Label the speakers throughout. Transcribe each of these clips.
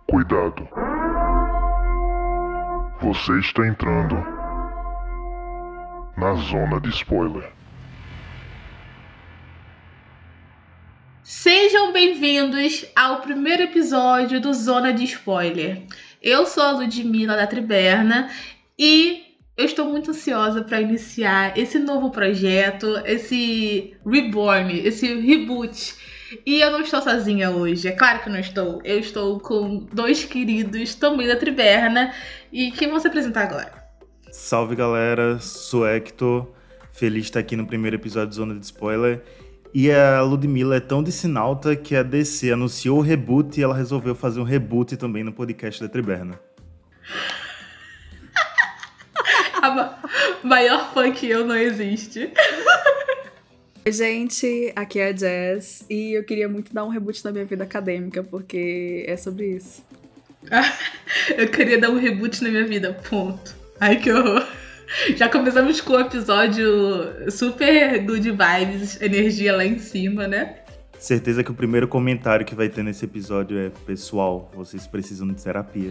Speaker 1: Cuidado. Você está entrando na zona de spoiler.
Speaker 2: Sejam bem-vindos ao primeiro episódio do Zona de Spoiler. Eu sou a Ludmilla da Triberna e eu estou muito ansiosa para iniciar esse novo projeto, esse reborn, esse reboot. E eu não estou sozinha hoje, é claro que não estou. Eu estou com dois queridos também da Triberna e quem vão se apresentar agora?
Speaker 3: Salve galera, sou Hector, feliz de estar aqui no primeiro episódio de Zona de Spoiler. E a Ludmilla é tão dissinalta que a DC anunciou o reboot e ela resolveu fazer um reboot também no podcast da Triberna.
Speaker 2: A maior fã que eu não existe.
Speaker 4: Oi gente, aqui é a Jazz e eu queria muito dar um reboot na minha vida acadêmica, porque é sobre isso.
Speaker 2: Eu queria dar um reboot na minha vida, ponto. Ai, que horror. Já começamos com o episódio super good vibes, energia lá em cima, né?
Speaker 3: Certeza que o primeiro comentário que vai ter nesse episódio é: pessoal, vocês precisam de terapia.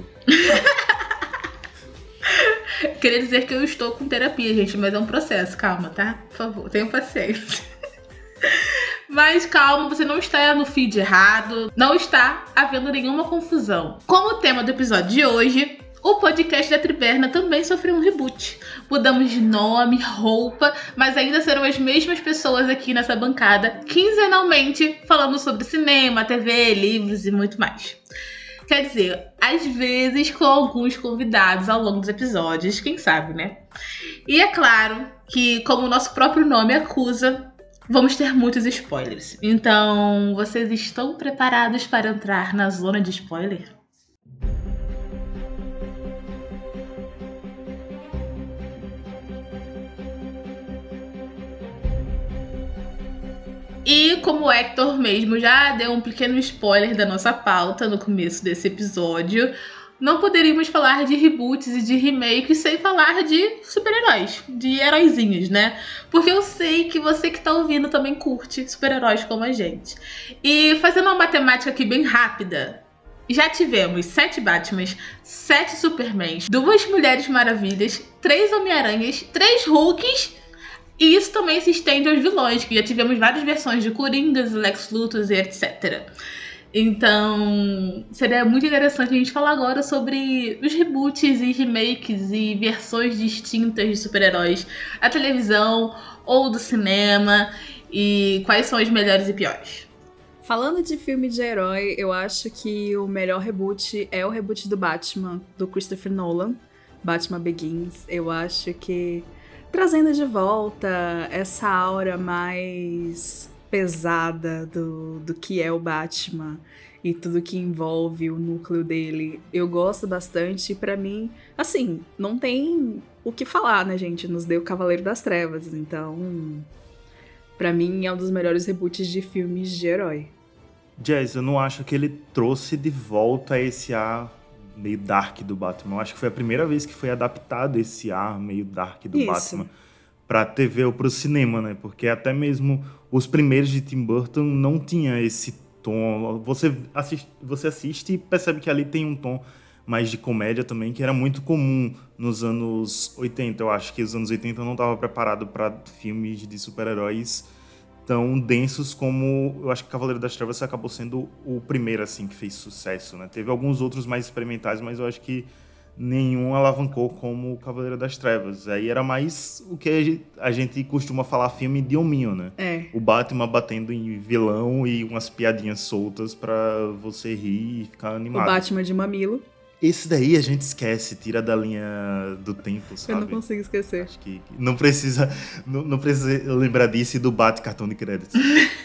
Speaker 2: Queria dizer que eu estou com terapia, gente, mas é um processo, calma, tá? Por favor, tenham paciência. Mas calma, você não está no feed errado, não está havendo nenhuma confusão. Como o tema do episódio de hoje, o podcast da Triberna também sofreu um reboot. Mudamos de nome, roupa, mas ainda serão as mesmas pessoas aqui nessa bancada, quinzenalmente, falando sobre cinema, TV, livros e muito mais. Quer dizer, às vezes com alguns convidados ao longo dos episódios, quem sabe, né? E é claro que, como o nosso próprio nome acusa, vamos ter muitos spoilers. Então, vocês estão preparados para entrar na zona de spoiler? E como o Hector mesmo já deu um pequeno spoiler da nossa pauta no começo desse episódio, não poderíamos falar de reboots e de remakes sem falar de super-heróis, de heróizinhos, né? Porque eu sei que você que tá ouvindo também curte super-heróis como a gente. E fazendo uma matemática aqui bem rápida, já tivemos 7 Batmans, 7 Supermans, 2 Mulheres Maravilhas, 3 Homem-Aranhas, 3 Hulks. E isso também se estende aos vilões, que já tivemos várias versões de Coringas, Lex Luthor e etc. Então, seria muito interessante a gente falar agora sobre os reboots e remakes e versões distintas de super-heróis da televisão ou do cinema e quais são os melhores e piores.
Speaker 4: Falando de filme de herói, eu acho que o melhor reboot é o reboot do Batman, do Christopher Nolan, Batman Begins. Eu acho que trazendo de volta essa aura mais pesada do que é o Batman e tudo que envolve o núcleo dele, eu gosto bastante. E pra mim, assim, não tem o que falar, né, gente? Nos deu Cavaleiro das Trevas, então pra mim é um dos melhores reboots de filmes de herói.
Speaker 3: Jazz, eu não acho que ele trouxe de volta esse ar meio dark do Batman. Eu acho que foi a primeira vez que foi adaptado esse ar meio dark do Batman pra TV ou pro cinema, né? Porque até mesmo os primeiros de Tim Burton não tinha esse tom. Você assiste e percebe que ali tem um tom mais de comédia também, que era muito comum nos anos 80. Eu acho que os anos 80 não estavam preparados para filmes de super-heróis tão densos como eu acho que Cavaleiro das Trevas acabou sendo o primeiro assim que fez sucesso, né? Teve alguns outros mais experimentais, mas eu acho que nenhum alavancou como o Cavaleiro das Trevas. Aí era mais o que a gente costuma falar, filme de hominho, né?
Speaker 4: É.
Speaker 3: O Batman batendo em vilão e umas piadinhas soltas pra você rir e ficar animado.
Speaker 4: O Batman de mamilo.
Speaker 3: Esse daí a gente esquece, tira da linha do tempo, sabe?
Speaker 4: Eu não consigo esquecer.
Speaker 3: Acho que não precisa lembrar disso e do cartão de crédito.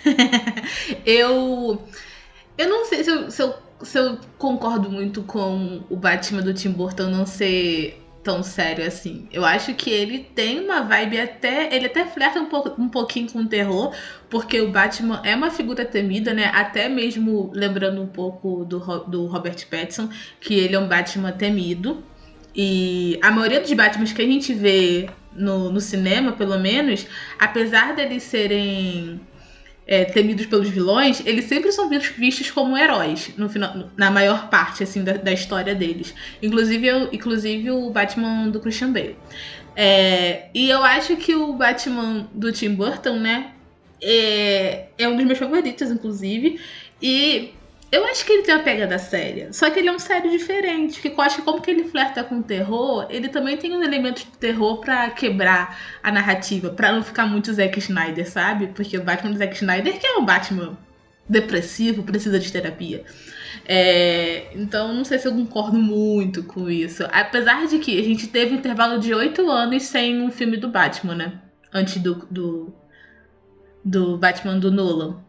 Speaker 2: Eu não sei se eu concordo muito com o Batman do Tim Burton não ser tão sério assim. Eu acho que ele tem uma vibe ele até flerta um pouquinho com o terror, porque o Batman é uma figura temida, né? Até mesmo lembrando um pouco do Robert Pattinson, que ele é um Batman temido. E a maioria dos Batmans que a gente vê no cinema, pelo menos, apesar deles serem temidos pelos vilões, eles sempre são vistos como heróis, no final, na maior parte, assim, da história deles. Inclusive o Batman do Christian Bale. E eu acho que o Batman do Tim Burton, né, é um dos meus favoritos, inclusive. E eu acho que ele tem uma pegada séria. Só que ele é um sério diferente. Que eu acho que como que ele flerta com o terror, ele também tem um elemento de terror pra quebrar a narrativa. Pra não ficar muito Zack Snyder, sabe? Porque o Batman do Zack Snyder, que é um Batman depressivo, precisa de terapia. Então não sei se eu concordo muito com isso. Apesar de que a gente teve um intervalo de 8 anos sem um filme do Batman, né? Antes do Batman do Nolan.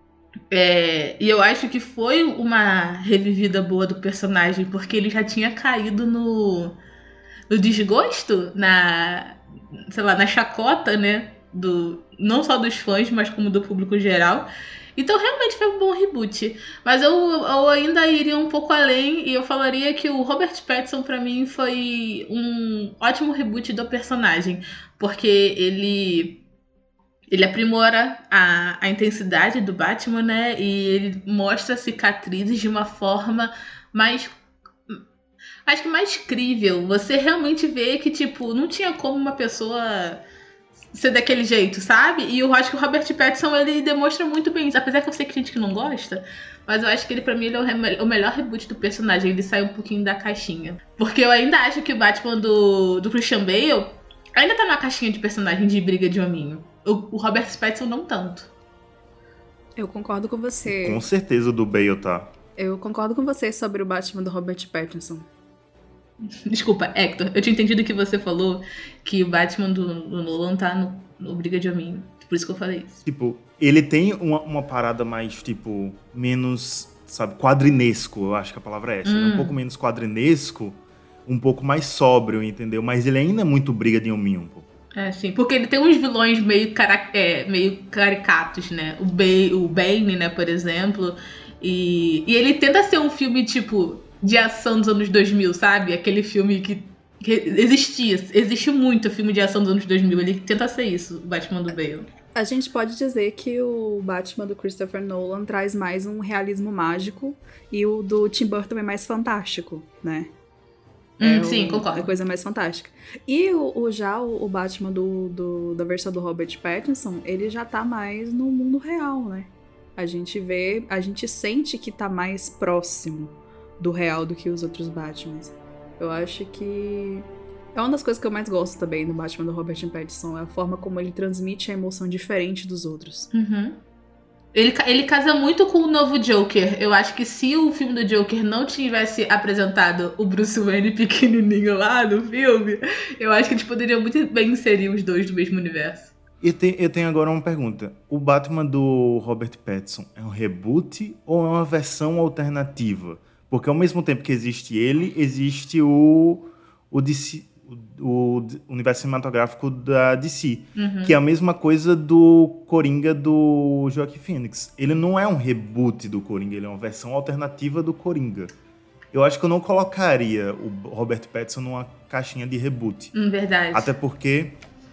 Speaker 2: E eu acho que foi uma revivida boa do personagem, porque ele já tinha caído no desgosto, na chacota, né? Não só dos fãs, mas como do público geral. Então realmente foi um bom reboot. Mas eu ainda iria um pouco além e eu falaria que o Robert Pattinson pra mim foi um ótimo reboot do personagem, porque ele aprimora a intensidade do Batman, né? E ele mostra cicatrizes de uma forma mais... acho que mais crível. Você realmente vê que, tipo, não tinha como uma pessoa ser daquele jeito, sabe? E eu acho que o Robert Pattinson, ele demonstra muito bem isso. Apesar que eu sei que tem gente que não gosta, mas eu acho que ele, pra mim, ele é o melhor reboot do personagem. Ele sai um pouquinho da caixinha. Porque eu ainda acho que o Batman do Christian Bale ainda tá na caixinha de personagem de briga de hominho. O Robert Pattinson não tanto.
Speaker 4: Eu concordo com você.
Speaker 3: Com certeza o do Bale tá.
Speaker 4: Eu concordo com você sobre o Batman do Robert Pattinson.
Speaker 2: Desculpa, Hector, eu tinha entendido que você falou que o Batman do Nolan tá no Briga de Hominho. Por isso que eu falei isso.
Speaker 3: Tipo, ele tem uma parada mais, tipo, menos, sabe, quadrinesco, eu acho que a palavra é essa. Né? Um pouco menos quadrinesco, um pouco mais sóbrio, entendeu? Mas ele ainda é muito Briga de Hominho, um pouco.
Speaker 2: Sim, porque ele tem uns vilões meio caricatos, né? O Bane, né, por exemplo. E ele tenta ser um filme, tipo, de ação dos anos 2000, sabe? Aquele filme que existe muito filme de ação dos anos 2000. Ele tenta ser isso, o Batman do Bale.
Speaker 4: A gente pode dizer que o Batman do Christopher Nolan traz mais um realismo mágico e o do Tim Burton é mais fantástico, né?
Speaker 2: Sim, concordo.
Speaker 4: É coisa mais fantástica. E o Batman da versão do Robert Pattinson, ele já tá mais no mundo real, né? A gente sente que tá mais próximo do real do que os outros Batmans. Eu acho que é uma das coisas que eu mais gosto também do Batman do Robert Pattinson, é a forma como ele transmite a emoção diferente dos outros.
Speaker 2: Uhum. Ele casa muito com o novo Joker. Eu acho que se o filme do Joker não tivesse apresentado o Bruce Wayne pequenininho lá no filme, eu acho que eles poderiam muito bem inserir os dois no mesmo universo.
Speaker 3: Eu tenho agora uma pergunta. O Batman do Robert Pattinson é um reboot ou é uma versão alternativa? Porque ao mesmo tempo que existe ele, existe o universo cinematográfico da DC, que é a mesma coisa do Coringa do Joaquin Phoenix. Ele não é um reboot do Coringa, ele é uma versão alternativa do Coringa. Eu acho que eu não colocaria o Robert Pattinson numa caixinha de reboot.
Speaker 2: Verdade.
Speaker 3: Até porque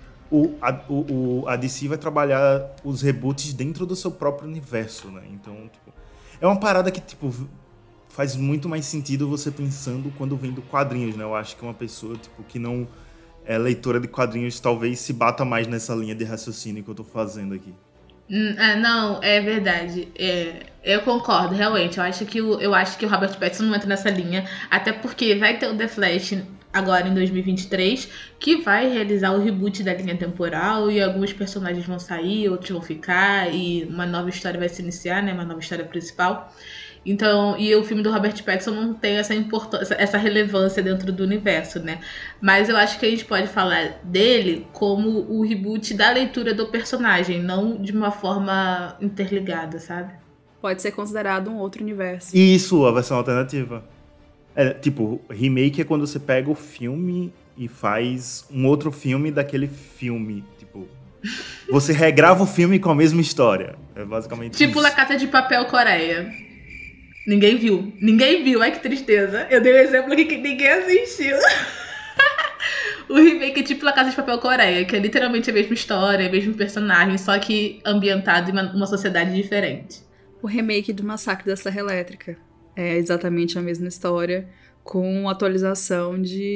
Speaker 3: a DC vai trabalhar os reboots dentro do seu próprio universo, né? Então, tipo, é uma parada que, tipo, faz muito mais sentido você pensando quando vem do quadrinhos, né? Eu acho que uma pessoa, tipo, que não é leitora de quadrinhos talvez se bata mais nessa linha de raciocínio que eu tô fazendo aqui.
Speaker 2: Não, é verdade. Eu concordo, realmente. Eu acho que o Robert Pattinson não entra nessa linha, até porque vai ter o The Flash agora em 2023, que vai realizar o reboot da linha temporal e alguns personagens vão sair, outros vão ficar e uma nova história vai se iniciar, né? Uma nova história principal. Então, e o filme do Robert Pattinson não tem essa importância, essa relevância dentro do universo, né? Mas eu acho que a gente pode falar dele como o reboot da leitura do personagem, não de uma forma interligada, sabe?
Speaker 4: Pode ser considerado um outro universo.
Speaker 3: Isso, a versão alternativa. Tipo, remake é quando você pega o filme e faz um outro filme daquele filme. Tipo, você regrava o filme com a mesma história. É basicamente
Speaker 2: tipo
Speaker 3: isso.
Speaker 2: La Casa de Papel Coreia. Ninguém viu. Ai, que tristeza. Eu dei um exemplo aqui que ninguém assistiu. O remake é tipo La Casa de Papel Coreia, que é literalmente a mesma história, o mesmo personagem, só que ambientado em uma sociedade diferente.
Speaker 4: O remake do Massacre da Serra Elétrica é exatamente a mesma história, com atualização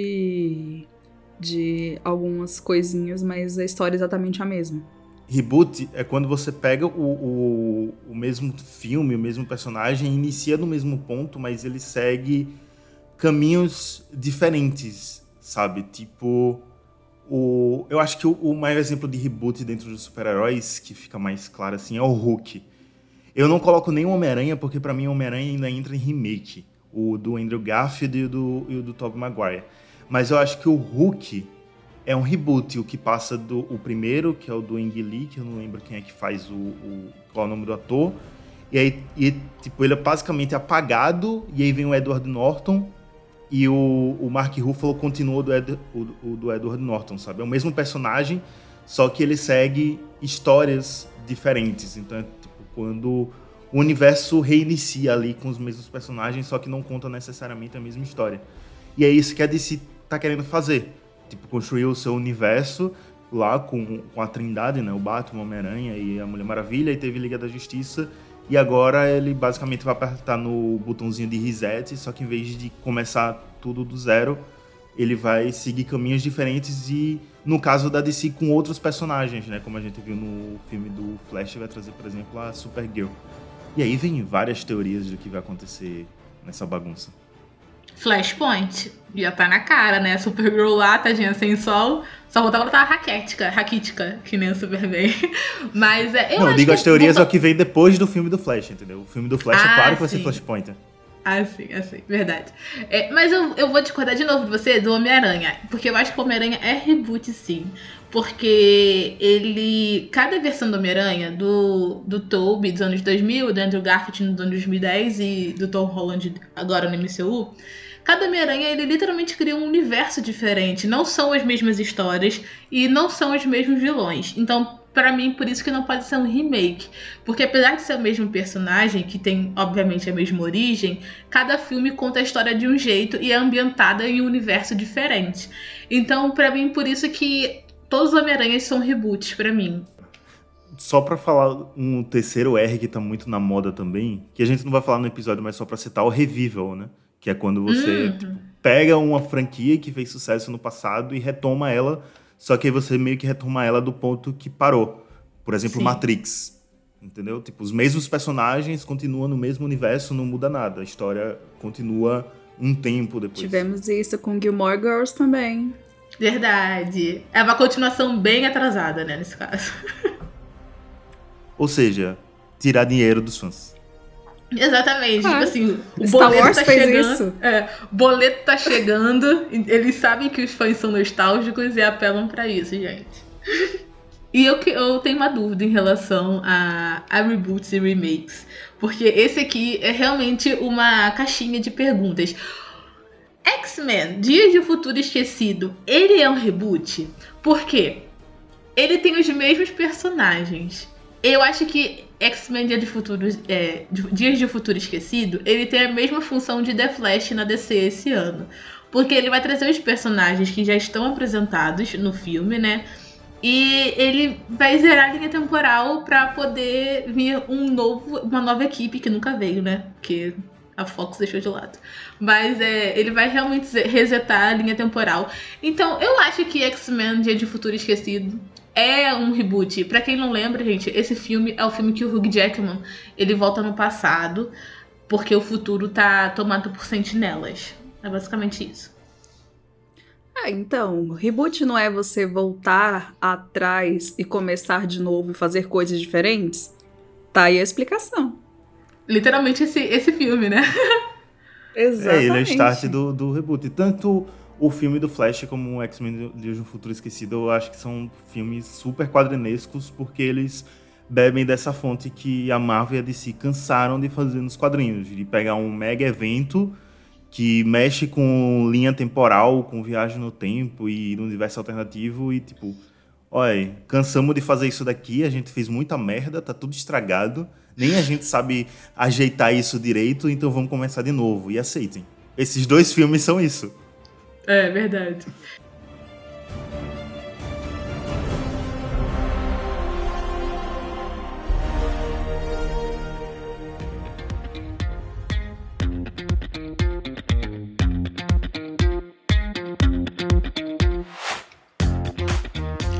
Speaker 4: de algumas coisinhas, mas a história é exatamente a mesma.
Speaker 3: Reboot é quando você pega o mesmo filme, o mesmo personagem, inicia no mesmo ponto, mas ele segue caminhos diferentes, sabe? Tipo, eu acho que o maior exemplo de reboot dentro dos super-heróis, que fica mais claro assim, é o Hulk. Eu não coloco nem o Homem-Aranha, porque pra mim o Homem-Aranha ainda entra em remake. O do Andrew Garfield e o do Tobey Maguire. Mas eu acho que o Hulk é um reboot. O que passa o primeiro, que é o do Ang Lee, que eu não lembro quem é que faz qual é o nome do ator. E aí, tipo, ele é basicamente apagado, e aí vem o Edward Norton, e o Mark Ruffalo continua do Edward Norton, sabe? É o mesmo personagem, só que ele segue histórias diferentes. Então, quando o universo reinicia ali com os mesmos personagens, só que não conta necessariamente a mesma história. E é isso que a DC tá querendo fazer. Tipo, construir o seu universo lá com a Trindade, né? O Batman, o Homem-Aranha e a Mulher Maravilha, e teve Liga da Justiça. E agora ele basicamente vai apertar no botãozinho de reset, só que em vez de começar tudo do zero, ele vai seguir caminhos diferentes e, no caso da DC, com outros personagens, né? Como a gente viu no filme do Flash, vai trazer, por exemplo, a Supergirl. E aí vem várias teorias do que vai acontecer nessa bagunça.
Speaker 2: Flashpoint. Já tá na cara, né? Supergirl lá, tadinha sem sol. Só voltava ela tava raquítica, que nem o Superman. Mas
Speaker 3: eu digo as teorias é o que vem depois do filme do Flash, entendeu? O filme do Flash é claro que vai ser Flashpoint.
Speaker 2: Assim, verdade. Mas eu vou discordar de novo de você, do Homem-Aranha. Porque eu acho que o Homem-Aranha é reboot, sim. Porque cada versão do Homem-Aranha, do Tobey dos anos 2000, do Andrew Garfield dos anos 2010 e do Tom Holland agora no MCU, cada Homem-Aranha, ele literalmente cria um universo diferente. Não são as mesmas histórias e não são os mesmos vilões. Então, pra mim, por isso que não pode ser um remake. Porque apesar de ser o mesmo personagem, que tem, obviamente, a mesma origem, cada filme conta a história de um jeito e é ambientada em um universo diferente. Então, pra mim, por isso que todos os Homem-Aranhas são reboots pra mim.
Speaker 3: Só pra falar um terceiro R que tá muito na moda também, que a gente não vai falar no episódio, mas só pra citar, o Revival, né? Que é quando você pega uma franquia que fez sucesso no passado e retoma ela, só que aí você meio que retoma ela do ponto que parou. Por exemplo, Matrix, entendeu? Tipo, os mesmos personagens continuam no mesmo universo, não muda nada. A história continua um tempo depois.
Speaker 4: Tivemos isso com Gilmore Girls também.
Speaker 2: Verdade. É uma continuação bem atrasada, né, nesse caso.
Speaker 3: Ou seja, tirar dinheiro dos fãs.
Speaker 2: Exatamente, tipo assim, o
Speaker 4: Star
Speaker 2: boleto
Speaker 4: Wars
Speaker 2: tá
Speaker 4: fez
Speaker 2: chegando.
Speaker 4: isso.
Speaker 2: O boleto tá chegando, eles sabem que os fãs são nostálgicos e apelam pra isso, gente. E eu tenho uma dúvida em relação a reboots e remakes, porque esse aqui é realmente uma caixinha de perguntas. X-Men, Dias de Futuro Esquecido, ele é um reboot? Por quê? Ele tem os mesmos personagens. Eu acho que X-Men Dias de Futuro Esquecido, ele tem a mesma função de The Flash na DC esse ano. Porque ele vai trazer os personagens que já estão apresentados no filme, né? E ele vai zerar a linha temporal pra poder vir uma nova equipe que nunca veio, né? Porque a Fox deixou de lado. Mas ele vai realmente resetar a linha temporal. Então, eu acho que X-Men Dia de Futuro Esquecido é um reboot. Pra quem não lembra, gente, esse filme é o filme que o Hugh Jackman, ele volta no passado, porque o futuro tá tomado por sentinelas. É basicamente isso.
Speaker 4: Então, reboot não é você voltar atrás e começar de novo e fazer coisas diferentes? Tá aí a explicação.
Speaker 2: Literalmente esse filme, né?
Speaker 4: Exatamente.
Speaker 3: Ele é o start do reboot. Tanto o filme do Flash como o X-Men de um Futuro Esquecido, eu acho que são filmes super quadrinescos, porque eles bebem dessa fonte que a Marvel e a DC cansaram de fazer nos quadrinhos, de pegar um mega evento que mexe com linha temporal, com viagem no tempo e no universo alternativo e tipo, olha, cansamos de fazer isso daqui, a gente fez muita merda, tá tudo estragado, nem a gente sabe ajeitar isso direito, então vamos começar de novo, e aceitem. Esses dois filmes são isso.
Speaker 2: É verdade.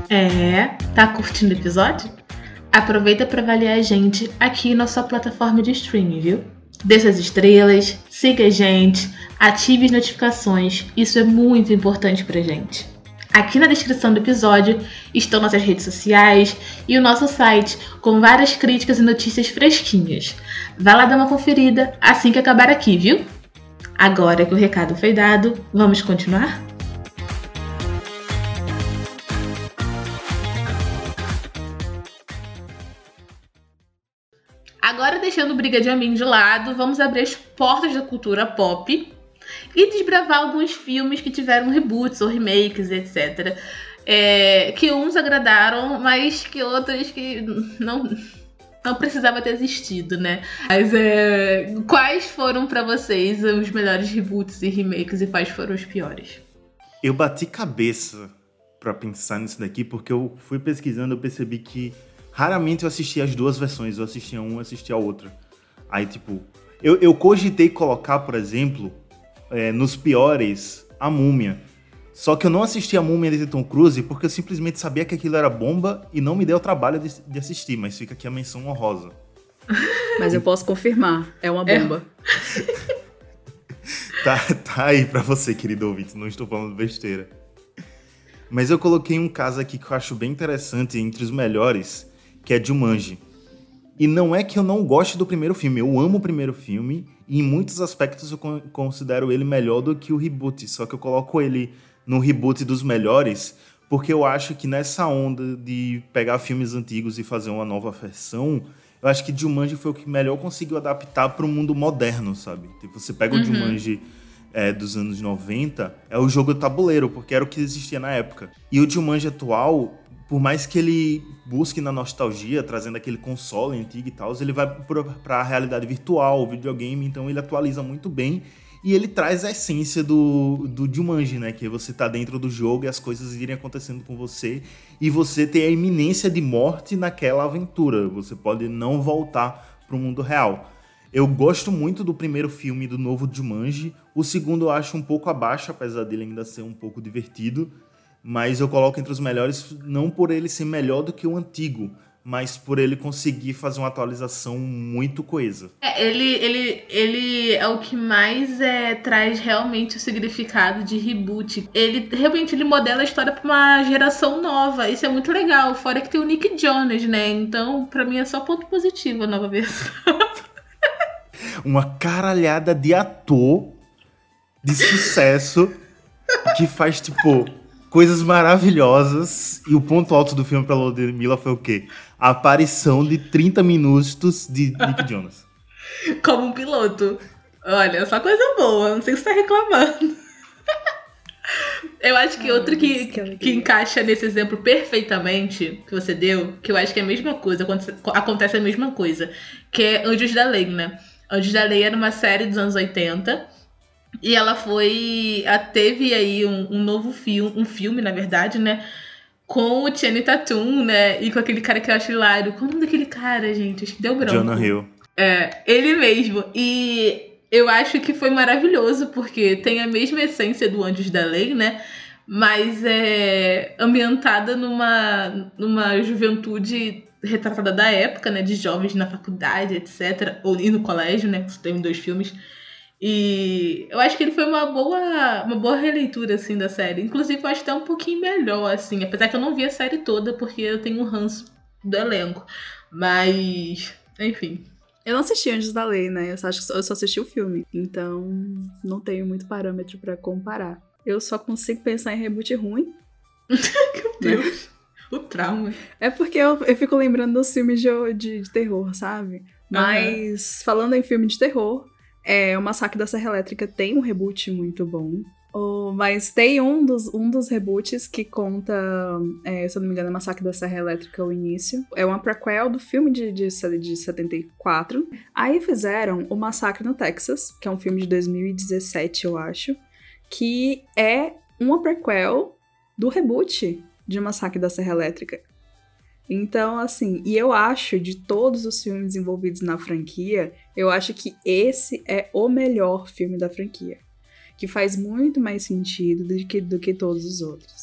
Speaker 2: Tá curtindo o episódio? Aproveita para avaliar a gente aqui na sua plataforma de streaming, viu? Dê suas estrelas, siga a gente, ative as notificações, isso é muito importante pra gente. Aqui na descrição do episódio estão nossas redes sociais e o nosso site com várias críticas e notícias fresquinhas. Vai lá dar uma conferida assim que acabar aqui, viu? Agora que o recado foi dado, vamos continuar? Agora, deixando Briga de Amigo de lado, vamos abrir as portas da cultura pop e desbravar alguns filmes que tiveram reboots ou remakes, etc. Que uns agradaram, mas que outros que não precisava ter existido, né? Mas quais foram pra vocês os melhores reboots e remakes e quais foram os piores?
Speaker 3: Eu bati cabeça pra pensar nisso daqui, porque eu fui pesquisando, eu percebi que raramente eu assistia as duas versões, eu assistia uma, assistia a outra. Aí, tipo, eu cogitei colocar, por exemplo, nos piores, a Múmia. Só que eu não assisti a Múmia de Tom Cruise porque eu simplesmente sabia que aquilo era bomba e não me deu o trabalho de assistir, mas fica aqui a menção honrosa.
Speaker 4: Mas eu posso confirmar, é uma bomba.
Speaker 3: Tá aí pra você, querido ouvinte, não estou falando besteira. Mas eu coloquei um caso aqui que eu acho bem interessante, entre os melhores, que é Jumanji. E não é que eu não goste do primeiro filme, eu amo o primeiro filme e em muitos aspectos eu considero ele melhor do que o reboot, só que eu coloco ele no reboot dos melhores porque eu acho que nessa onda de pegar filmes antigos e fazer uma nova versão, eu acho que Jumanji foi o que melhor conseguiu adaptar para o mundo moderno, sabe? Tipo, você pega o Jumanji dos anos 90, é o jogo de tabuleiro, porque era o que existia na época. E o Jumanji atual, por mais que ele busque na nostalgia, trazendo aquele console antigo e tal, ele vai para a realidade virtual, o videogame, então ele atualiza muito bem e ele traz a essência do Jumanji, né? Que você tá dentro do jogo e as coisas irem acontecendo com você e você ter a iminência de morte naquela aventura. Você pode não voltar pro mundo real. Eu gosto muito do primeiro filme do novo Jumanji. O segundo eu acho um pouco abaixo, apesar dele ainda ser um pouco divertido. Mas eu coloco entre os melhores, não por ele ser melhor do que o antigo, mas por ele conseguir fazer uma atualização muito coesa.
Speaker 2: Ele é o que mais traz realmente o significado de reboot. Ele realmente modela a história pra uma geração nova. Isso é muito legal. Fora que tem o Nick Jonas, né? Então, pra mim é só ponto positivo a nova versão.
Speaker 3: Uma caralhada de ator de sucesso que faz, tipo, coisas maravilhosas. E o ponto alto do filme pra Ludmilla foi o quê? A aparição de 30 minutos de Nick Jonas.
Speaker 2: Como um piloto. Olha, só coisa boa. Não sei se você tá reclamando. Eu acho que outro que encaixa nesse exemplo perfeitamente que você deu, que eu acho que é a mesma coisa, acontece a mesma coisa, que é Anjos da Lei, né? Anjos da Lei era uma série dos anos 80 e ela teve aí um novo filme, um filme, na verdade, né? Com o Channing Tatum, né? E com aquele cara que eu acho hilário. Qual o nome daquele cara, gente? Acho que deu branco.
Speaker 3: Jonah Hill.
Speaker 2: Ele mesmo. E eu acho que foi maravilhoso, porque tem a mesma essência do Anjos da Lei, né? Mas é ambientada numa juventude retratada da época, né? De jovens na faculdade, etc. Ou no colégio, né? Que tem 2 filmes. E eu acho que ele foi uma boa releitura, assim, da série. Inclusive, eu acho até um pouquinho melhor, assim. Apesar que eu não vi a série toda, porque eu tenho um ranço do elenco. Mas, enfim.
Speaker 4: Eu não assisti Anjos da Lei, né? Eu só assisti o filme. Então, não tenho muito parâmetro pra comparar. Eu só consigo pensar em reboot ruim.
Speaker 2: Meu Deus. O trauma.
Speaker 4: É porque eu fico lembrando dos filmes de terror, sabe? Mas, falando em filme de terror... O Massacre da Serra Elétrica tem um reboot muito bom. Mas tem um dos reboots que conta, se eu não me engano, é Massacre da Serra Elétrica, o início. É uma prequel do filme de 74. Aí fizeram o Massacre no Texas, que é um filme de 2017, eu acho. Que é uma prequel do reboot de Massacre da Serra Elétrica. Então, assim, e eu acho, de todos os filmes envolvidos na franquia, eu acho que esse é o melhor filme da franquia. Que faz muito mais sentido do que todos os outros.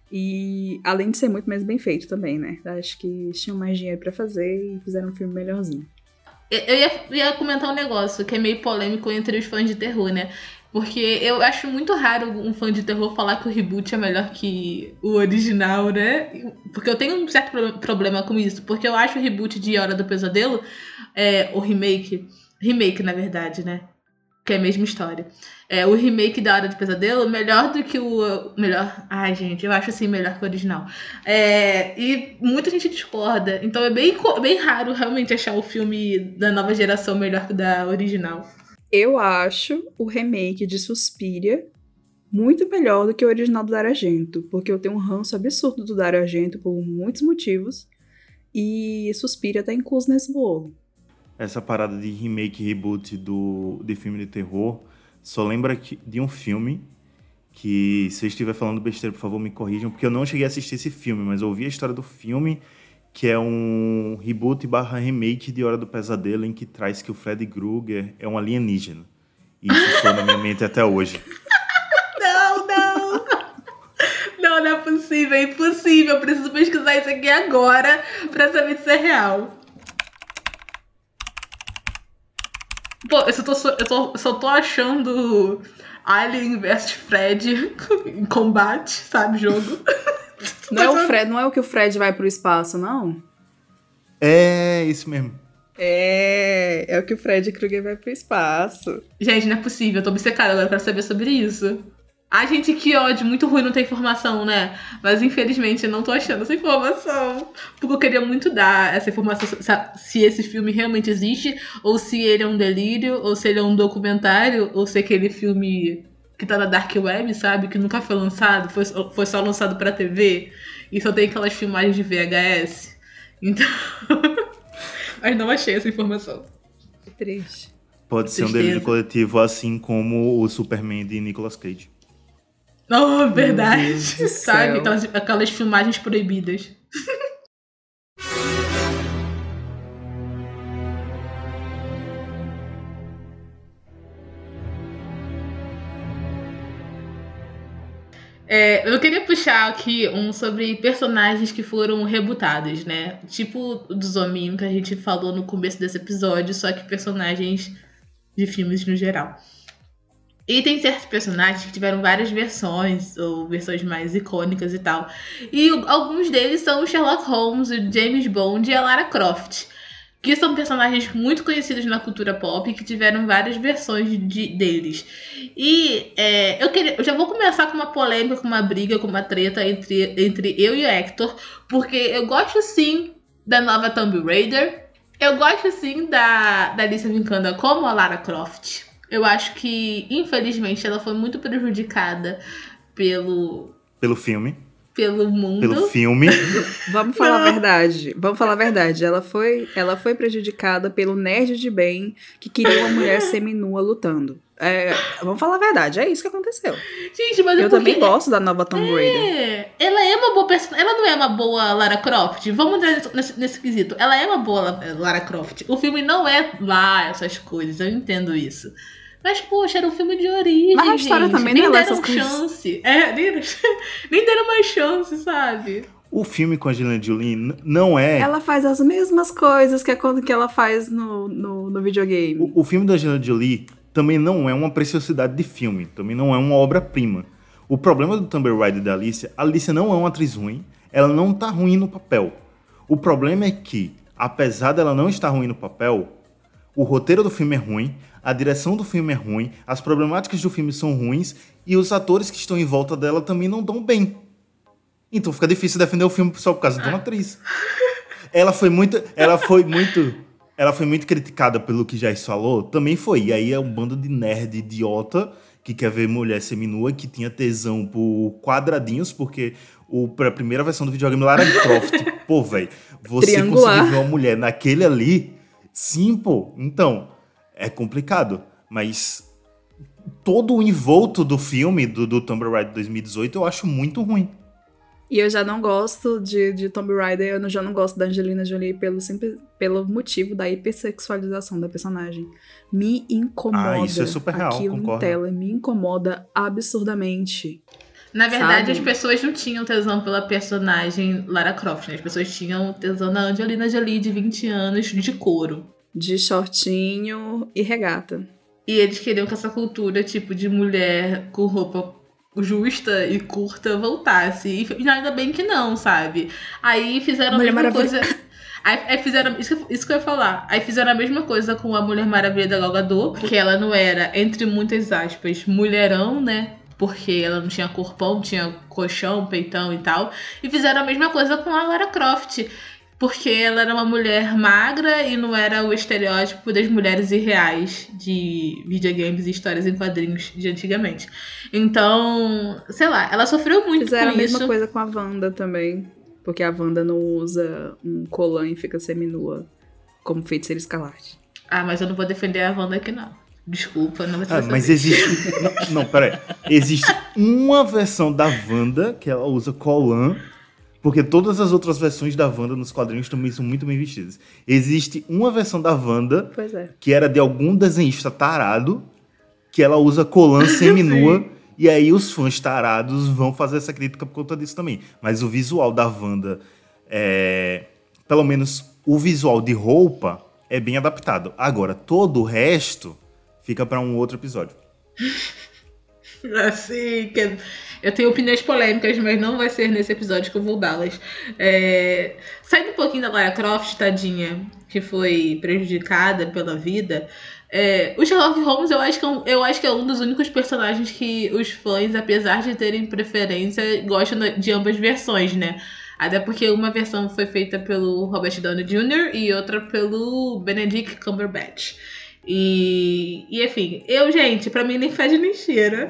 Speaker 4: E além de ser muito mais bem feito também, né? Acho que tinham mais dinheiro pra fazer e fizeram um filme melhorzinho.
Speaker 2: Eu ia comentar um negócio que é meio polêmico entre os fãs de terror, né? Porque eu acho muito raro um fã de terror falar que o reboot é melhor que o original, né? Porque eu tenho um certo problema com isso. Porque eu acho o reboot de Hora do Pesadelo, o remake, na verdade, né? Que é a mesma história. O remake da Hora do Pesadelo melhor do que o... Melhor... Ai, gente, eu acho assim melhor que o original. E muita gente discorda. Então é bem raro realmente achar o filme da nova geração melhor que o da original.
Speaker 4: Eu acho o remake de Suspiria muito melhor do que o original do Dario Argento. Porque eu tenho um ranço absurdo do Dario Argento por muitos motivos. E Suspiria tá incluso nesse bolo.
Speaker 3: Essa parada de remake e reboot de filme de terror só lembra de um filme que, se eu estiver falando besteira, por favor, me corrijam, porque eu não cheguei a assistir esse filme, mas eu ouvi a história do filme, que é um reboot / remake de Hora do Pesadelo, em que traz que o Freddy Krueger é um alienígena. E isso soa na minha mente até hoje.
Speaker 2: Não é possível, é impossível. Eu preciso pesquisar isso aqui agora pra saber se é real. Pô, eu só tô achando Alien vs Fred em combate, sabe, jogo.
Speaker 4: Não é o que o Fred vai pro espaço, não?
Speaker 3: É isso mesmo.
Speaker 4: É o que o Fred Krueger vai pro espaço.
Speaker 2: Gente, não é possível, eu tô obcecada agora pra saber sobre isso. Ai, gente, que ódio, muito ruim não ter informação, né? Mas infelizmente eu não tô achando essa informação. Porque eu queria muito dar essa informação, se esse filme realmente existe, ou se ele é um delírio, ou se ele é um documentário, ou se é aquele filme que tá na Dark Web, sabe? Que nunca foi lançado, foi só lançado pra TV, e só tem aquelas filmagens de VHS. Então... Mas não achei essa informação.
Speaker 4: Que triste.
Speaker 3: Pode ser um delírio coletivo, assim como o Superman de Nicolas Cage.
Speaker 2: Oh, verdade. Sabe? Aquelas filmagens proibidas. Eu queria puxar aqui sobre personagens que foram rebootados, né? Tipo o do Zominho que a gente falou no começo desse episódio, só que personagens de filmes no geral. E tem certos personagens que tiveram várias versões, ou versões mais icônicas e tal. E alguns deles são o Sherlock Holmes, o James Bond e a Lara Croft, que são personagens muito conhecidos na cultura pop, que tiveram várias versões deles. E eu já vou começar com uma polêmica, com uma briga, com uma treta entre eu e o Hector, porque eu gosto sim da nova Tomb Raider, eu gosto sim da Alicia Vikander como a Lara Croft. Eu acho que, infelizmente, ela foi muito prejudicada pelo filme. Pelo mundo.
Speaker 3: Pelo filme.
Speaker 4: Vamos falar a verdade. Ela foi prejudicada pelo nerd de bem que queria uma mulher seminua lutando. Vamos falar a verdade, é isso que aconteceu.
Speaker 2: Gente, mas
Speaker 4: eu também gosto da nova Tomb Raider.
Speaker 2: Ela é uma boa personagem. Ela não é uma boa Lara Croft. Vamos entrar nesse quesito. Ela é uma boa Lara Croft. O filme não é lá essas coisas, eu entendo isso. Mas, poxa, era um filme de origem. Mas
Speaker 4: a história
Speaker 2: gente.
Speaker 4: também
Speaker 2: nem
Speaker 4: não é
Speaker 2: deram chance. Nem deram mais chance, sabe?
Speaker 3: O filme com a Angelina Jolie não é...
Speaker 4: Ela faz as mesmas coisas que ela faz no videogame.
Speaker 3: O filme da Angelina Jolie também não é uma preciosidade de filme. Também não é uma obra-prima. O problema do Tomb Raider da Alicia... A Alicia não é uma atriz ruim. Ela não tá ruim no papel. O problema é que, apesar dela não estar ruim no papel, o roteiro do filme é ruim, a direção do filme é ruim, as problemáticas do filme são ruins e os atores que estão em volta dela também não dão bem. Então fica difícil defender o filme só por causa de uma atriz. Ela foi muito criticada pelo que já falou, também foi. E aí é um bando de nerd idiota que quer ver mulher seminua, que tinha tesão por quadradinhos, porque a primeira versão do videogame Lara Croft, pô, velho, você
Speaker 4: triangular.
Speaker 3: conseguir ver uma mulher naquele ali, sim, pô, então... É complicado, mas todo o envolto do filme, do Tomb Raider 2018, eu acho muito ruim.
Speaker 4: E eu já não gosto de Tomb Raider, eu já não gosto da Angelina Jolie pelo motivo da hipersexualização da personagem. Me incomoda.
Speaker 3: Isso é super real,
Speaker 4: aquilo
Speaker 3: concordo.
Speaker 4: Em tela, me incomoda absurdamente.
Speaker 2: Na verdade,
Speaker 4: sabe?
Speaker 2: as pessoas não tinham tesão pela personagem Lara Croft, né? As pessoas tinham tesão na Angelina Jolie, de 20 anos, de couro.
Speaker 4: De shortinho e regata.
Speaker 2: E eles queriam que essa cultura, tipo, de mulher com roupa justa e curta voltasse. E ainda bem que não, sabe? Aí fizeram a mesma coisa... Aí fizeram... Isso que eu ia falar. Aí fizeram a mesma coisa com a Mulher Maravilha da Gal Gadot, porque ela não era, entre muitas aspas, mulherão, né? Porque ela não tinha corpão, tinha colchão, peitão e tal. E fizeram a mesma coisa com a Lara Croft. Porque ela era uma mulher magra e não era o estereótipo das mulheres irreais de videogames e histórias em quadrinhos de antigamente. Então, sei lá, ela sofreu muito
Speaker 4: Fizeram
Speaker 2: com
Speaker 4: a mesma
Speaker 2: isso.
Speaker 4: coisa com a Wanda também. Porque a Wanda não usa um colã e fica seminua como Feiticeira Escarlate.
Speaker 2: Ah, mas eu não vou defender a Wanda aqui, não. Desculpa, não vai ser dessa
Speaker 3: Mas
Speaker 2: vez.
Speaker 3: existe... não, peraí. Existe uma versão da Wanda que ela usa colã, porque todas as outras versões da Wanda nos quadrinhos também são muito bem vestidas. Existe uma versão da Wanda
Speaker 4: Pois é.
Speaker 3: que era de algum desenhista tarado, que ela usa colã seminua, e aí os fãs tarados vão fazer essa crítica por conta disso também. Mas o visual da Wanda, pelo menos o visual de roupa, é bem adaptado. Agora, todo o resto fica para um outro episódio.
Speaker 2: Assim, eu tenho opiniões polêmicas, mas não vai ser nesse episódio que eu vou dá-las. Saindo um pouquinho da Lara Croft, tadinha, que foi prejudicada pela vida, o Sherlock Holmes eu acho que é um dos únicos personagens que os fãs, apesar de terem preferência, gostam de ambas versões, né? Até porque uma versão foi feita pelo Robert Downey Jr. e outra pelo Benedict Cumberbatch. E enfim, gente, pra mim nem fede nem cheira.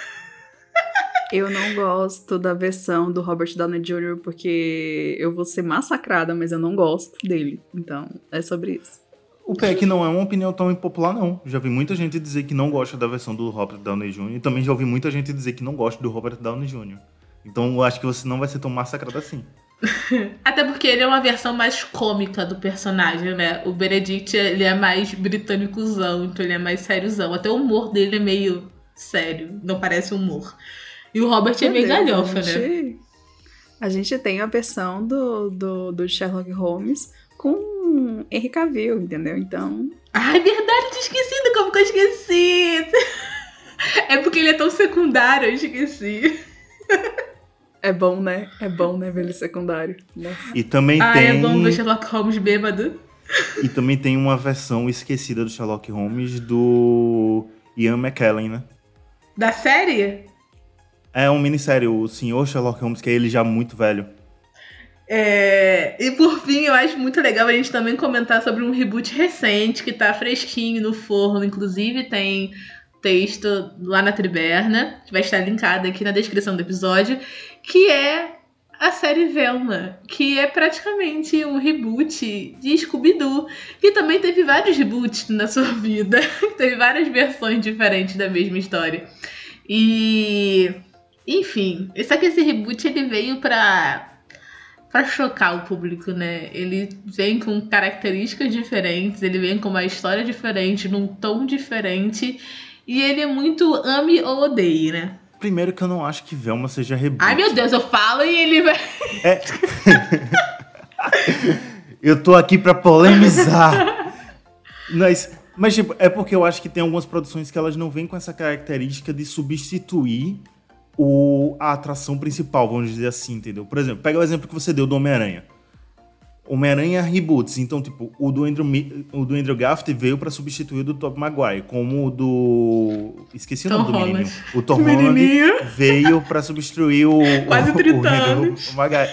Speaker 4: Eu não gosto da versão do Robert Downey Jr. porque eu vou ser massacrada, mas eu não gosto dele. Então, é sobre isso.
Speaker 3: O pé que não é uma opinião tão impopular, não. Já vi muita gente dizer que não gosta da versão do Robert Downey Jr. E também já ouvi muita gente dizer que não gosta do Robert Downey Jr. Então eu acho que você não vai ser tão massacrado assim.
Speaker 2: Até porque ele é uma versão mais cômica do personagem, né? O Benedict, ele é mais britânicozão, então ele é mais sériozão. Até o humor dele é meio sério, não parece humor. E o Robert é meio galhofa, né?
Speaker 4: A gente tem a versão do Sherlock Holmes com Henry Cavill, entendeu? Então...
Speaker 2: Ai, verdade, tinha esquecido, como que eu esqueci? É porque ele é tão secundário, eu esqueci.
Speaker 4: É bom, né? É bom, né, ver ele secundário. Nossa.
Speaker 3: E também
Speaker 2: é bom ver Sherlock Holmes bêbado.
Speaker 3: E também tem uma versão esquecida do Sherlock Holmes do Ian McKellen, né?
Speaker 2: Da série?
Speaker 3: É uma minissérie, o Senhor Sherlock Holmes, que é ele já muito velho.
Speaker 2: E por fim, eu acho muito legal a gente também comentar sobre um reboot recente que tá fresquinho no forno. Inclusive tem texto lá na Triberna, que vai estar linkado aqui na descrição do episódio, que é a série Velma, que é praticamente um reboot de Scooby-Doo, que também teve vários reboots na sua vida, teve várias versões diferentes da mesma história. E, enfim, só que esse reboot ele veio pra chocar o público, né? Ele vem com características diferentes, ele vem com uma história diferente, num tom diferente, e ele é muito ame ou odeie, né?
Speaker 3: Primeiro que eu não acho que Velma seja reboot.
Speaker 2: Ai, meu Deus, eu falo e ele vai...
Speaker 3: Eu tô aqui pra polemizar. Mas tipo, é porque eu acho que tem algumas produções que elas não vêm com essa característica de substituir a atração principal, vamos dizer assim, entendeu? Por exemplo, pega o exemplo que você deu do Homem-Aranha. Homem-Aranha reboots. Então, tipo, o do Andrew Garfield veio pra substituir o do Tobey Maguire, como o do... Esqueci o nome do menininho. O Tom Holland veio pra substituir o...
Speaker 2: Quase 30 anos.
Speaker 3: O Maguire.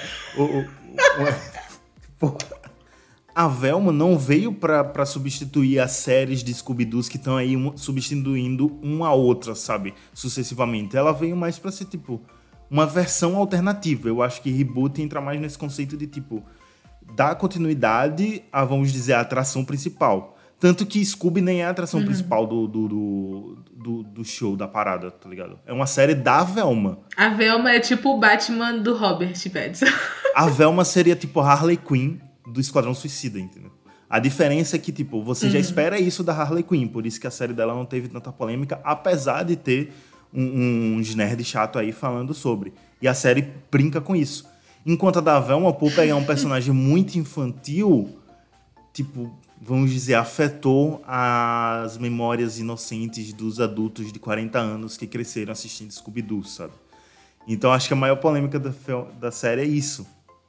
Speaker 3: A Velma não veio pra substituir as séries de Scooby-Doos que estão aí substituindo uma a outra, sabe? Sucessivamente. Ela veio mais pra ser, tipo, uma versão alternativa. Eu acho que reboot entra mais nesse conceito de, tipo, dar continuidade a, vamos dizer, a atração principal. Tanto que Scooby nem é a atração principal do show, da parada, tá ligado? É uma série da Velma.
Speaker 2: A Velma é tipo o Batman do Robert Pattinson.
Speaker 3: A Velma seria, tipo, a Harley Quinn do Esquadrão Suicida, entendeu? A diferença é que, tipo, você já espera isso da Harley Quinn, por isso que a série dela não teve tanta polêmica, apesar de ter uns nerds chato aí falando sobre. E a série brinca com isso. Enquanto a da Velma, por pegar um personagem muito infantil, tipo, vamos dizer, afetou as memórias inocentes dos adultos de 40 anos que cresceram assistindo Scooby-Doo, sabe? Então acho que a maior polêmica da série é isso.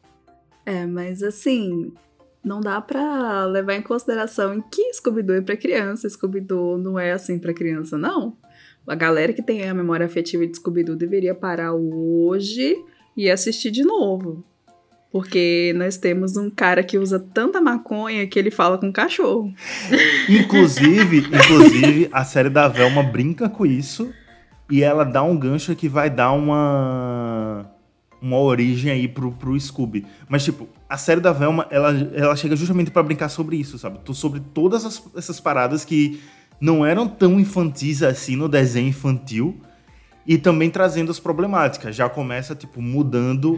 Speaker 4: Mas assim, não dá pra levar em consideração que Scooby-Doo é pra criança. Scooby-Doo não é assim pra criança, não. A galera que tem a memória afetiva de Scooby-Doo deveria parar hoje e assistir de novo. Porque nós temos um cara que usa tanta maconha que ele fala com cachorro.
Speaker 3: Inclusive, a série da Velma brinca com isso e ela dá um gancho que vai dar uma origem aí pro Scooby. Mas, tipo, a série da Velma, ela chega justamente pra brincar sobre isso, sabe? Sobre todas essas paradas que não eram tão infantis assim no desenho infantil e também trazendo as problemáticas. Já começa, tipo, mudando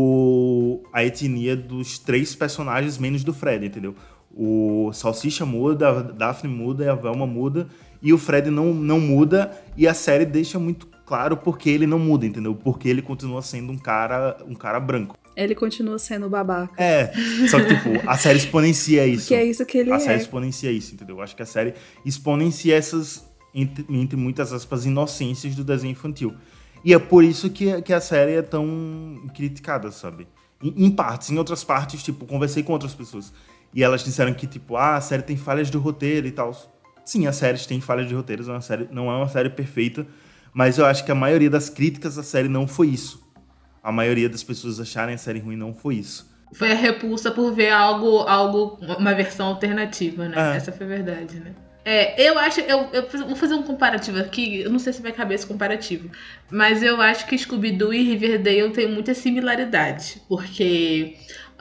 Speaker 3: a etnia dos 3 personagens, menos do Fred, entendeu? O Salsicha muda, a Daphne muda e a Velma muda e o Fred não muda e a série deixa muito claro porque ele não muda, entendeu? Porque ele continua sendo um cara branco.
Speaker 4: Ele continua sendo babaca.
Speaker 3: Só que, tipo, a série exponencia isso.
Speaker 4: Porque é isso que ele é.
Speaker 3: A série exponencia isso, entendeu? Eu acho que a série exponencia essas, entre muitas aspas, inocências do desenho infantil. E é por isso que a série é tão criticada, sabe? Em partes, em outras partes, tipo, conversei com outras pessoas. E elas disseram que, tipo, a série tem falhas de roteiro e tal. Sim, a série tem falhas de roteiro, não é uma série perfeita, mas eu acho que a maioria das críticas da série não foi isso. A maioria das pessoas acharem a série ruim não foi isso.
Speaker 2: Foi a repulsa por ver uma versão alternativa, né? Essa foi a verdade, né? Eu acho, eu vou fazer um comparativo aqui, eu não sei se vai caber esse comparativo, mas eu acho que Scooby-Doo e Riverdale têm muita similaridade, porque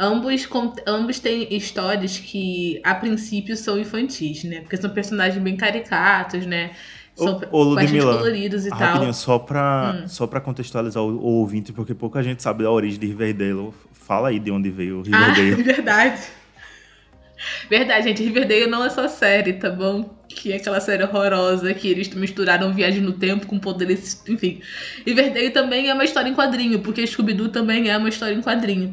Speaker 2: ambos têm histórias que, a princípio, são infantis, né? Porque são personagens bem caricatos, né? São bastante coloridos e tal.
Speaker 3: Só pra contextualizar o ouvinte, porque pouca gente sabe da origem de Riverdale. Fala aí de onde veio o Riverdale.
Speaker 2: Verdade. Verdade, gente. Riverdale não é só série, tá bom? Que é aquela série horrorosa que eles misturaram viagem no tempo com poderes... Enfim. Riverdale também é uma história em quadrinho, porque Scooby-Doo também é uma história em quadrinho.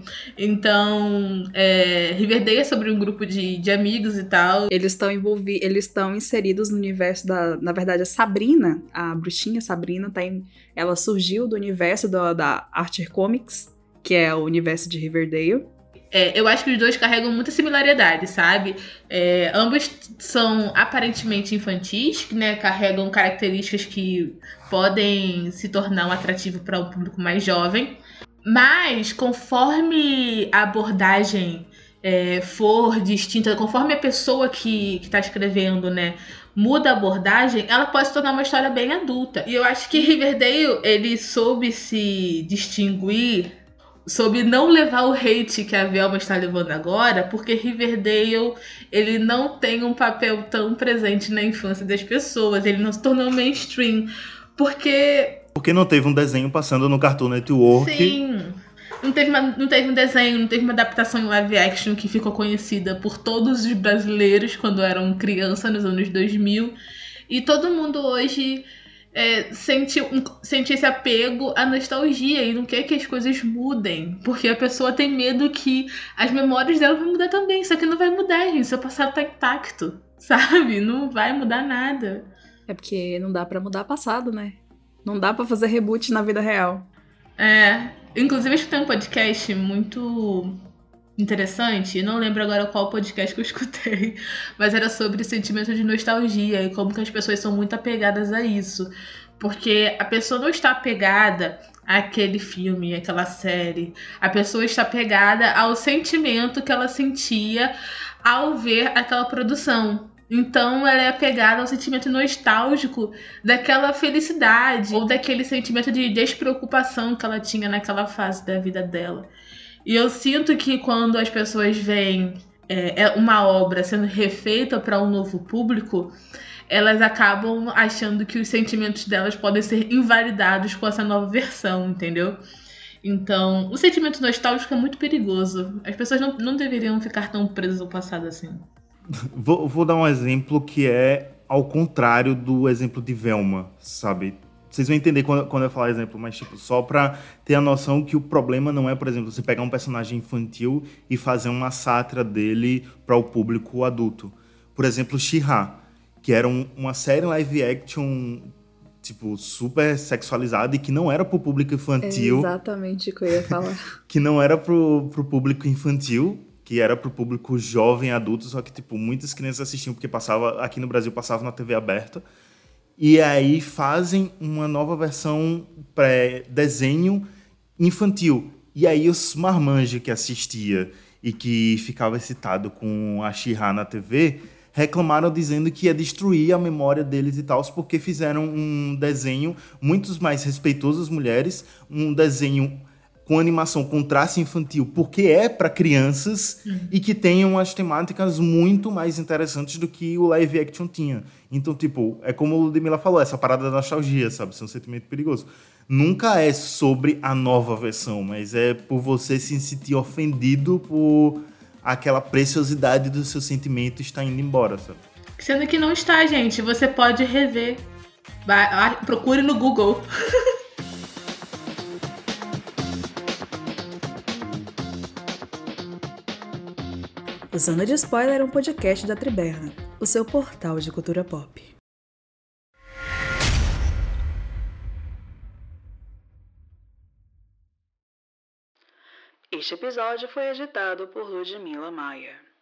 Speaker 2: Então, Riverdale é sobre um grupo de amigos e tal.
Speaker 4: Eles estão inseridos no universo da... Na verdade, a Sabrina, a bruxinha Sabrina, ela surgiu do universo da Archer Comics, que é o universo de Riverdale.
Speaker 2: Eu acho que os dois carregam muita similaridade, sabe? Ambos são aparentemente infantis, né? Carregam características que podem se tornar um atrativo para um público mais jovem. Mas, conforme a abordagem for distinta, conforme a pessoa que está escrevendo, né, muda a abordagem, ela pode se tornar uma história bem adulta. E eu acho que Riverdale, ele soube se distinguir, soube não levar o hate que a Velma está levando agora, porque Riverdale, ele não tem um papel tão presente na infância das pessoas, ele não se tornou mainstream, porque
Speaker 3: não teve um desenho passando no Cartoon Network.
Speaker 2: Sim, não teve um desenho, não teve uma adaptação em live action que ficou conhecida por todos os brasileiros quando eram criança nos anos 2000, e todo mundo hoje sente esse apego à nostalgia e não quer que as coisas mudem, porque a pessoa tem medo que as memórias dela vão mudar também. Isso aqui não vai mudar, gente, seu passado tá intacto, sabe? Não vai mudar nada.
Speaker 4: É porque não dá pra mudar passado, né? Não dá pra fazer reboot na vida real.
Speaker 2: Inclusive eu escutei um podcast muito interessante, não lembro agora qual podcast que eu escutei, mas era sobre sentimento de nostalgia e como que as pessoas são muito apegadas a isso, porque a pessoa não está apegada àquele filme, àquela série, a pessoa está apegada ao sentimento que ela sentia ao ver aquela produção. Então ela é apegada ao sentimento nostálgico daquela felicidade ou daquele sentimento de despreocupação que ela tinha naquela fase da vida dela. E eu sinto que quando as pessoas veem uma obra sendo refeita para um novo público, elas acabam achando que os sentimentos delas podem ser invalidados com essa nova versão, entendeu? Então, o sentimento nostálgico é muito perigoso. As pessoas não deveriam ficar tão presas ao passado assim.
Speaker 3: Vou dar um exemplo que é ao contrário do exemplo de Velma, sabe? Vocês vão entender quando eu falar exemplo, mas tipo, só pra ter a noção que o problema não é, por exemplo, você pegar um personagem infantil e fazer uma sátira dele para o público adulto. Por exemplo, She-Ra, que era uma série live action, tipo, super sexualizada e que não era pro público infantil.
Speaker 4: É exatamente o que eu ia falar.
Speaker 3: Que não era pro público infantil, que era pro público jovem, adulto, só que, tipo, muitas crianças assistiam porque aqui no Brasil passava na TV aberta. E aí fazem uma nova versão pré-desenho infantil. E aí os marmanjos que assistia e que ficava excitado com a She-Ra na TV reclamaram dizendo que ia destruir a memória deles e tal, porque fizeram um desenho muito mais respeitoso às mulheres, um desenho com animação com traço infantil, porque é para crianças e que tem umas temáticas muito mais interessantes do que o live action tinha. Então, tipo, é como o Ludmilla falou, essa parada da nostalgia, sabe? Isso é um sentimento perigoso. Nunca é sobre a nova versão, mas é por você se sentir ofendido por aquela preciosidade do seu sentimento estar indo embora, sabe?
Speaker 2: Sendo que não está, gente. Você pode rever. Procure no Google.
Speaker 4: O Zona de Spoiler é um podcast da Triberna, o seu portal de cultura pop. Este episódio foi editado por Ludmilla Maia.